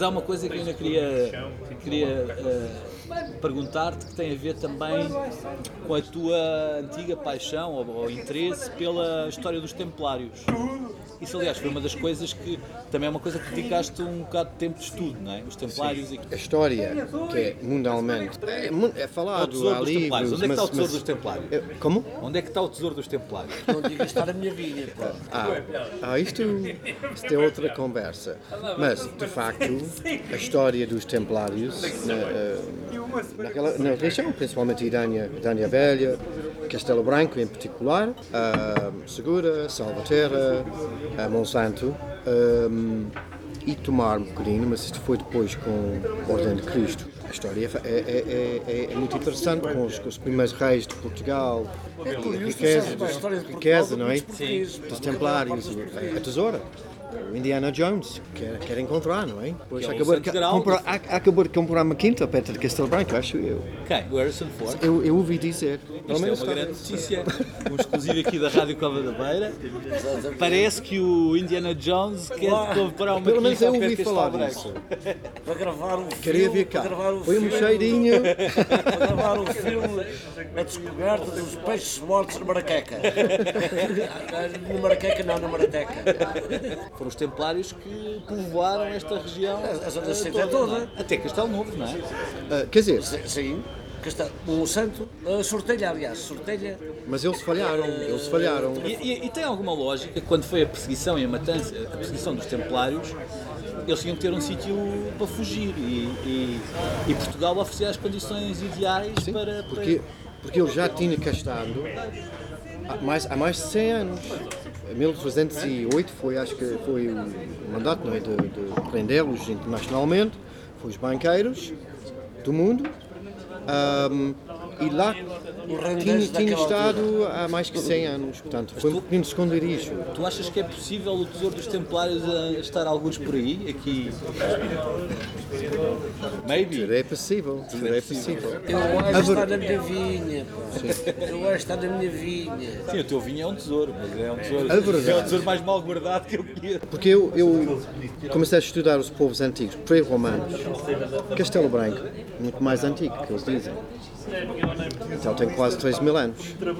há uma coisa que eu ainda queria, queria uh, perguntar-te, que tem a ver também com a tua antiga paixão ou, ou interesse pela história dos Templários. Isso, aliás, foi uma das coisas que também é uma coisa que dedicaste um bocado de tempo de estudo, não é? Os Templários. Sim. A história, que é mundialmente, é, é falado, há livros... Onde é que está o tesouro mas, dos Templários? É, como? Onde é que está o tesouro dos Templários? Não digas estar na minha vinha, pô. Ah, ah isto, isto é outra conversa. Mas, de facto, a história dos Templários, na, naquela, na região, principalmente Idânia, Idânia Velha, Castelo Branco em particular, uh, Segura, Salvaterra, uh, Monsanto, um, e Tomar um bocadinho, mas isto foi depois com a Ordem de Cristo. A história é, é, é, é muito interessante, com os, com os primeiros reis de Portugal, É a curioso, riqueza, tu sabes a história de riqueza, Portugal não é? dos portugueses. Dos Templários, a tesoura. O Indiana Jones quer, quer encontrar, não é? Depois Que é o acabou, Santo de Graal. comprar, ac- acabou de comprar uma quinta perto de Castelo Branco, acho eu. Quem? O Harrison Ford? Eu, eu ouvi dizer. Pelo Isto é menos uma estava- grande notícia, um exclusivo aqui da Rádio Cova da Beira. Parece que o Indiana Jones quer comprar uma Pelo menos quinta eu ao pé de ouvi Castelo falar Branco. disso. Para gravar um Queria filme, vir cá. para gravar um Foi um filme, cheirinho. Para gravar um filme, a descoberta dos peixes mortos no Maraqueca. No Maraqueca não, no Marateca. Foram os Templários que povoaram esta região A zona eh, central toda, toda. não é? Até Castelo Novo, não é? Ah, quer dizer, Sim, Casta- o Santo, a Sortelha, aliás, Sortelha. mas eles falharam, eles falharam. E, e- e tem alguma lógica, quando foi a perseguição e a matança, a perseguição dos Templários, eles tinham que ter um sítio para fugir e, e- e Portugal oferecia as condições ideais Sim, para, para... porque, porque eu já tinha cá estado há mais, há mais de cem anos. Em mil trezentos e oito foi, acho que foi o mandato, não é, de, de prendê-los internacionalmente, foi os banqueiros do mundo. Ahm, e lá tinha, tinha estado há mais que cem anos, portanto foi um pequeno esconderijo. Tu achas que é possível o tesouro dos Templários a estar alguns por aí, aqui? Maybe? Tudo é possível, tudo é possível. Eu A acho que ver- está na minha vinha, pá. Eu acho que está na minha vinha. Sim, o teu vinho é um tesouro, mas é um tesouro, A verdade. é o tesouro mais mal guardado que eu conheço. Porque eu, eu comecei a estudar os povos antigos, pré-romanos. Castelo Branco, muito mais antigo, que eles dizem. Então tem quase três mil anos.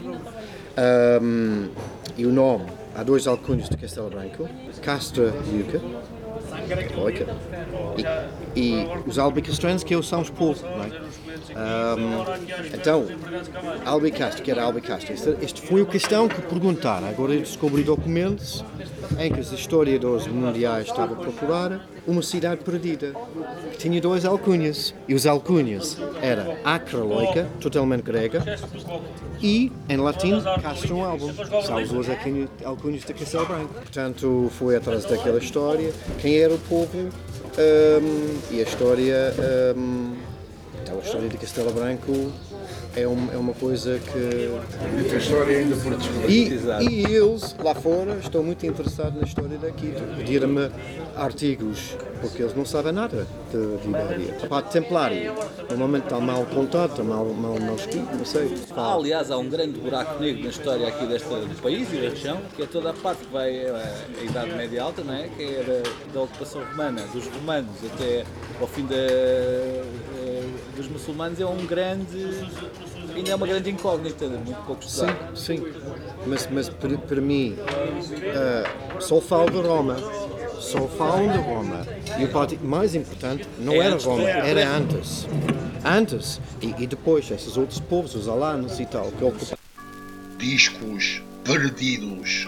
Ahm, e o nome, há dois alcunhos de Castelo Branco, Castra Iuca, Loica, e, e os albicastrenses, que são os povos, não é? Ahm, então, Albicastre, que era Albicastre, este, este foi o questão que perguntaram. Agora eu descobri documentos em que a historiadores mundiais estavam a procurar uma cidade perdida, que tinha dois alcunhas. E os alcunhas eram Acra Loica, totalmente grega, e, em latim, Castrum Album. São os dois alcunhos- alcunhas de Castelo Branco. Portanto, foi atrás daquela história, quem era o povo, ahm, e a história... ahm, então, a história de Castelo Branco é, um, é uma coisa que... Muita história ainda por descobrir. E, e eles, lá fora, estão muito interessados na história daqui. Pediram-me artigos, porque eles não sabem nada de, de Ibéria. A parte templária, normalmente está mal contado, está mal, mal, mal escrito, não sei. Há, aliás, há um grande buraco negro na história aqui desta, do país e da região, que é toda a parte que vai a, a Idade Média Alta, não é? Que é da, da ocupação romana, dos romanos até ao fim da, eh, dos muçulmanos, é um grande, ainda é uma grande incógnita, muito pouco Sim, estudado. sim. Mas, mas para, para mim, uh, só falo de Roma. Só falam de Roma. E a parte mais importante não É era antes, Roma, é. era antes. Antes. E, e depois, esses outros povos, os alanos e tal, que ocuparam. Discos perdidos.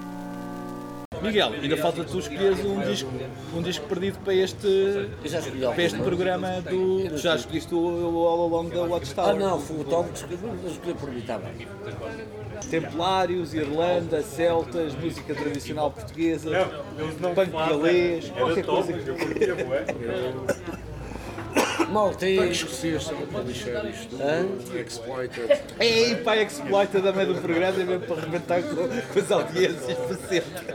Miguel, ainda falta tu escolheres um disco, um disco perdido para este, Eu já escolhi para este alguma. programa do. Já escolheste o, o All Along da Ah Watchtower. não, foi o Tom que escolheu, mas escolheu por mim, está bem. Templários, Irlanda, celtas, música tradicional portuguesa, punk galês, qualquer coisa que. Maltês. Esquecias também para deixar isto. Hã? Exploited. Ei, pá, exploita da meio do programa, é mesmo para arrebentar com, com as audiências para sempre.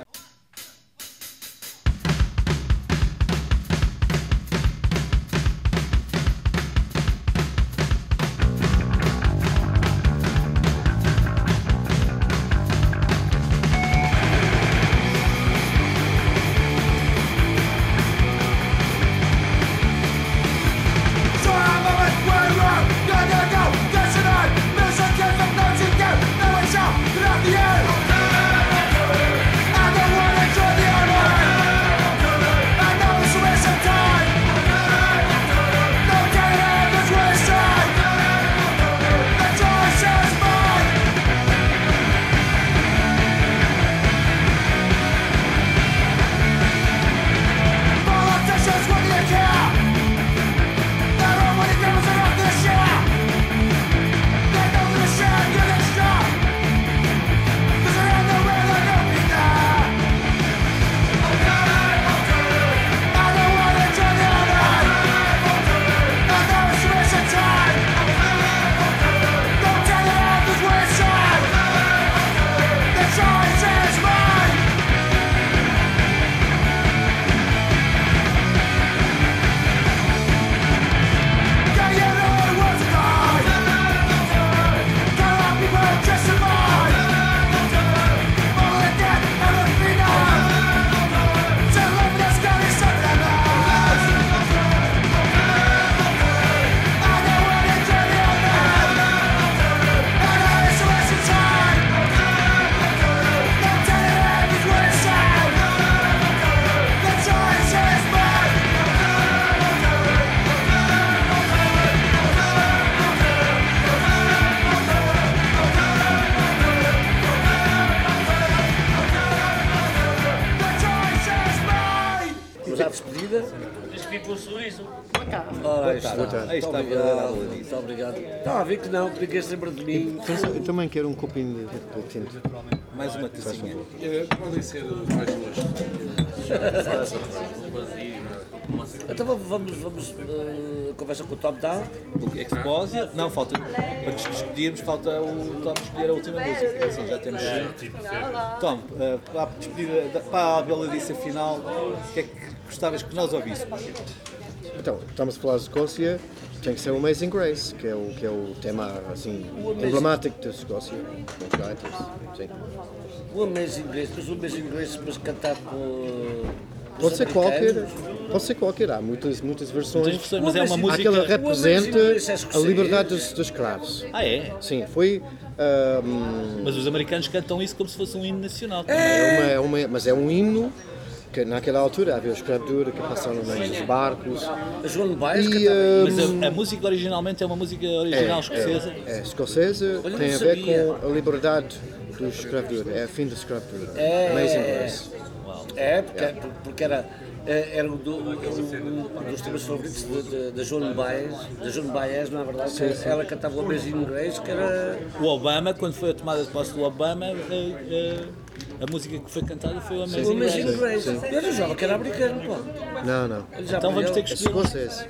mais. está, boa tarde. aí está a Muito verdadeira obrigado, aula disso. muito obrigado. Estava a ver que não, que ninguém se lembra de mim. Eu também quero um copinho de, de tinto. Mais uma tacinha. Podem ser mais duas. Então vamos, vamos uh, conversa com o Tom Down. O Exposio, não, falta, para nos despedirmos, falta o Tom escolher a última música, assim já temos. Tom, uh, para a despedida, da- para a beladiça final, o que é que gostavas que nós ouvíssemos? Então, estamos a falar de Escócia, tem que ser o Amazing Grace, que é o, que é o tema assim, emblemático da Escócia. Os gaitas, sim. O Amazing Grace, mas o Amazing Grace, mas cantado por. Pode ser qualquer, pode ser qualquer, há muitas, muitas versões. Muitas versões, mas é uma Há música- aquela O que representa Amazing Grace é a escocês. liberdade dos, dos escravos. Ah, é? Sim, foi. ahm, Mas os americanos cantam isso como se fosse um hino nacional. é uma, é uma, mas é um hino que naquela altura havia a escravidura que passaram nos barcos. A João Baez E, cantava Mas isso. a, a música originalmente é uma música original escocesa. É, é escocesa, Olha, tem não a ver sabia. com a liberdade da escravidura, é a fim da escravidura. É. Amazing Grace. É, porque, porque era, era um, do- um- um dos temas favoritos de- de- da Joan Baez, da Joan Baez, não é verdade? Que ela cantava o Amazing Grace, que era. O Obama, quando foi a tomada de posse do Obama, a, a, a música que foi cantada foi o O Amazing Amazing Grace. Grace. Eu achava que era americano, pô. Não, não. Ele já Então vamos ter que É escolher. escocesa.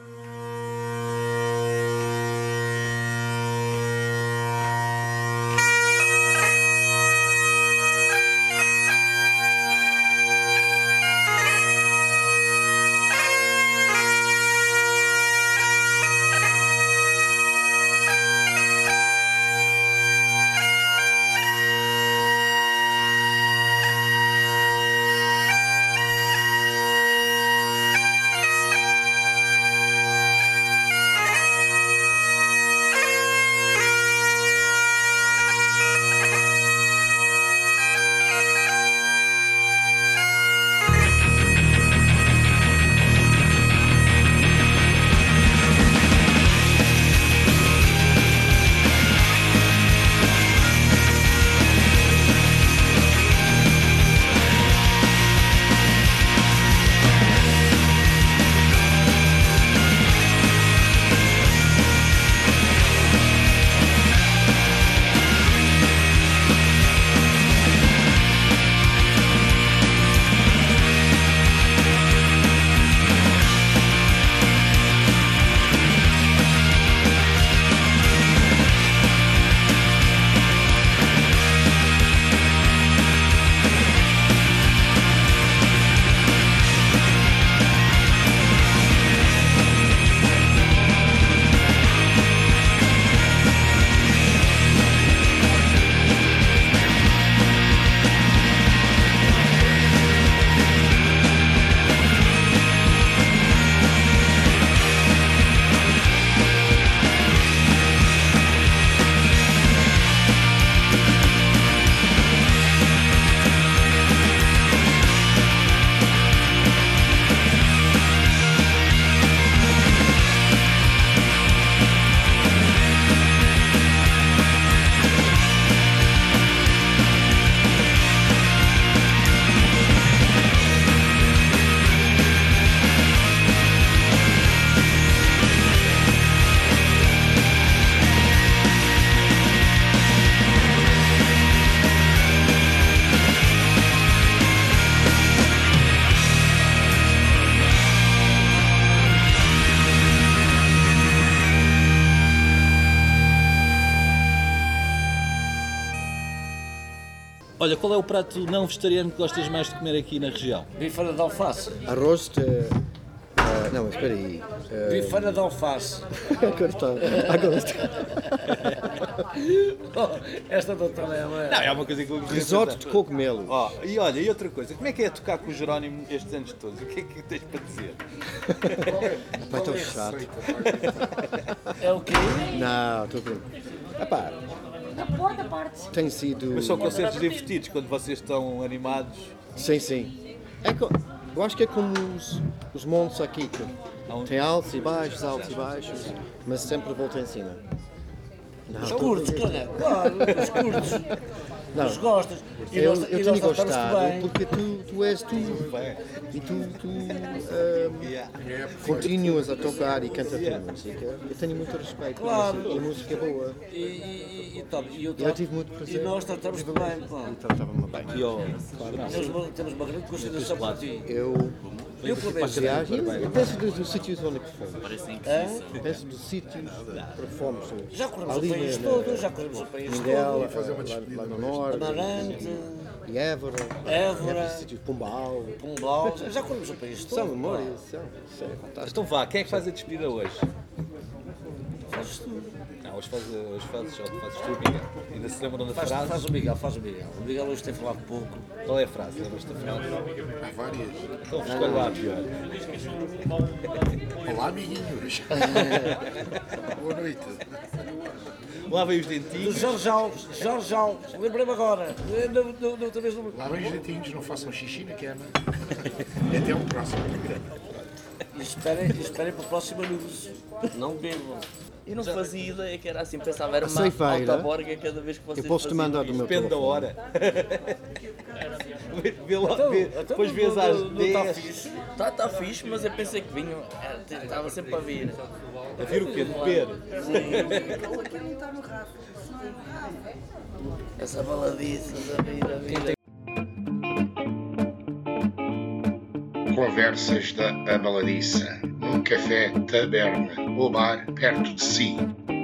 Olha, qual é o prato não vegetariano que gostas mais de comer aqui na região? Bifana de alface. Arroz de. ah, não, mas espera aí. Ah, Bifana de alface. agora está. Agora está. Oh, esta doutora é uma. Não, é uma coisa que eu Risoto de cogumelo. Ó, e olha, e outra coisa, como é que é tocar com o Jerónimo estes anos todos? O que é que tens para dizer? Epá, tão chato. É o quê? Não, estou bem. Epá, tem sido. Mas são concertos divertidos quando vocês estão animados. Sim, sim. É co- eu acho que é como os, os montes aqui. Que tem altos e baixos, altos e baixos, mas sempre volta em cima. Não, Os curtos, cara. Claro, os curtos. Não. Mas gostas. E Eu, nós, eu e tenho nós tratamos-te gostado bem. porque tu, tu és tu e tu, tu ahm, continuas a tocar e cantar a tua música. Eu tenho muito respeito Claro. por isso, e a música é boa. E, e, e, tal, e eu, Eu tive muito prazer. E nós tratamos-te bem, pá. E tratava-me bem. E eu, claro, não. Temos uma, temos uma grande consideração por ti. Eu, Eu, por vezes, aliás, eu, eu penso dos, dos sítios onde fomos. Hã? Penso dos sítios para fomos. Já corremos ali o país na- todo, já corremos o país Mindela, todo. lá, lá no norte, Amarante, e Évora, Évora. e sítios Pombal. Pombal, já corremos o país todo. São memórias, são. Isso é fantástico. Então vá, quem é que faz a despedida hoje? Fazes tu. Não, hoje fazes, hoje fazes, ou fazes tu, Miguel. Ainda se lembram da Faz, frase? faz o Miguel, faz o Miguel. O Miguel hoje tem falado pouco. Qual é a frase? Lembras-te da frase? Há várias. Então escolhe lá a pior. Olá, amiguinhos. Boa noite. Lavem os Do dentinhos. Jorge Alves, Jorge Alves, lembrei-me agora. Da- da- da outra vez não. Lavem os dentinhos, não façam xixi na cama. Até o próximo programa. E esperem, e esperem para o próximo anúncio. Não bebam. Eu não fazia ideia que era assim, pensava era A uma ceifeira, alta borga cada vez que vocês Eu posso te faziam mandar do isto. meu Depende da telefone. hora. Vê, vê lá, Então, vê. então Depois não- vês não- às não está dez. fixe. Tá, tá fixe, mas eu pensei que vinham, era- estava sempre a vir. A ver o quê? De beber. Essa baladiça, a vir, a vir. Conversas da Abaladiça, num café taberna ou bar perto de si.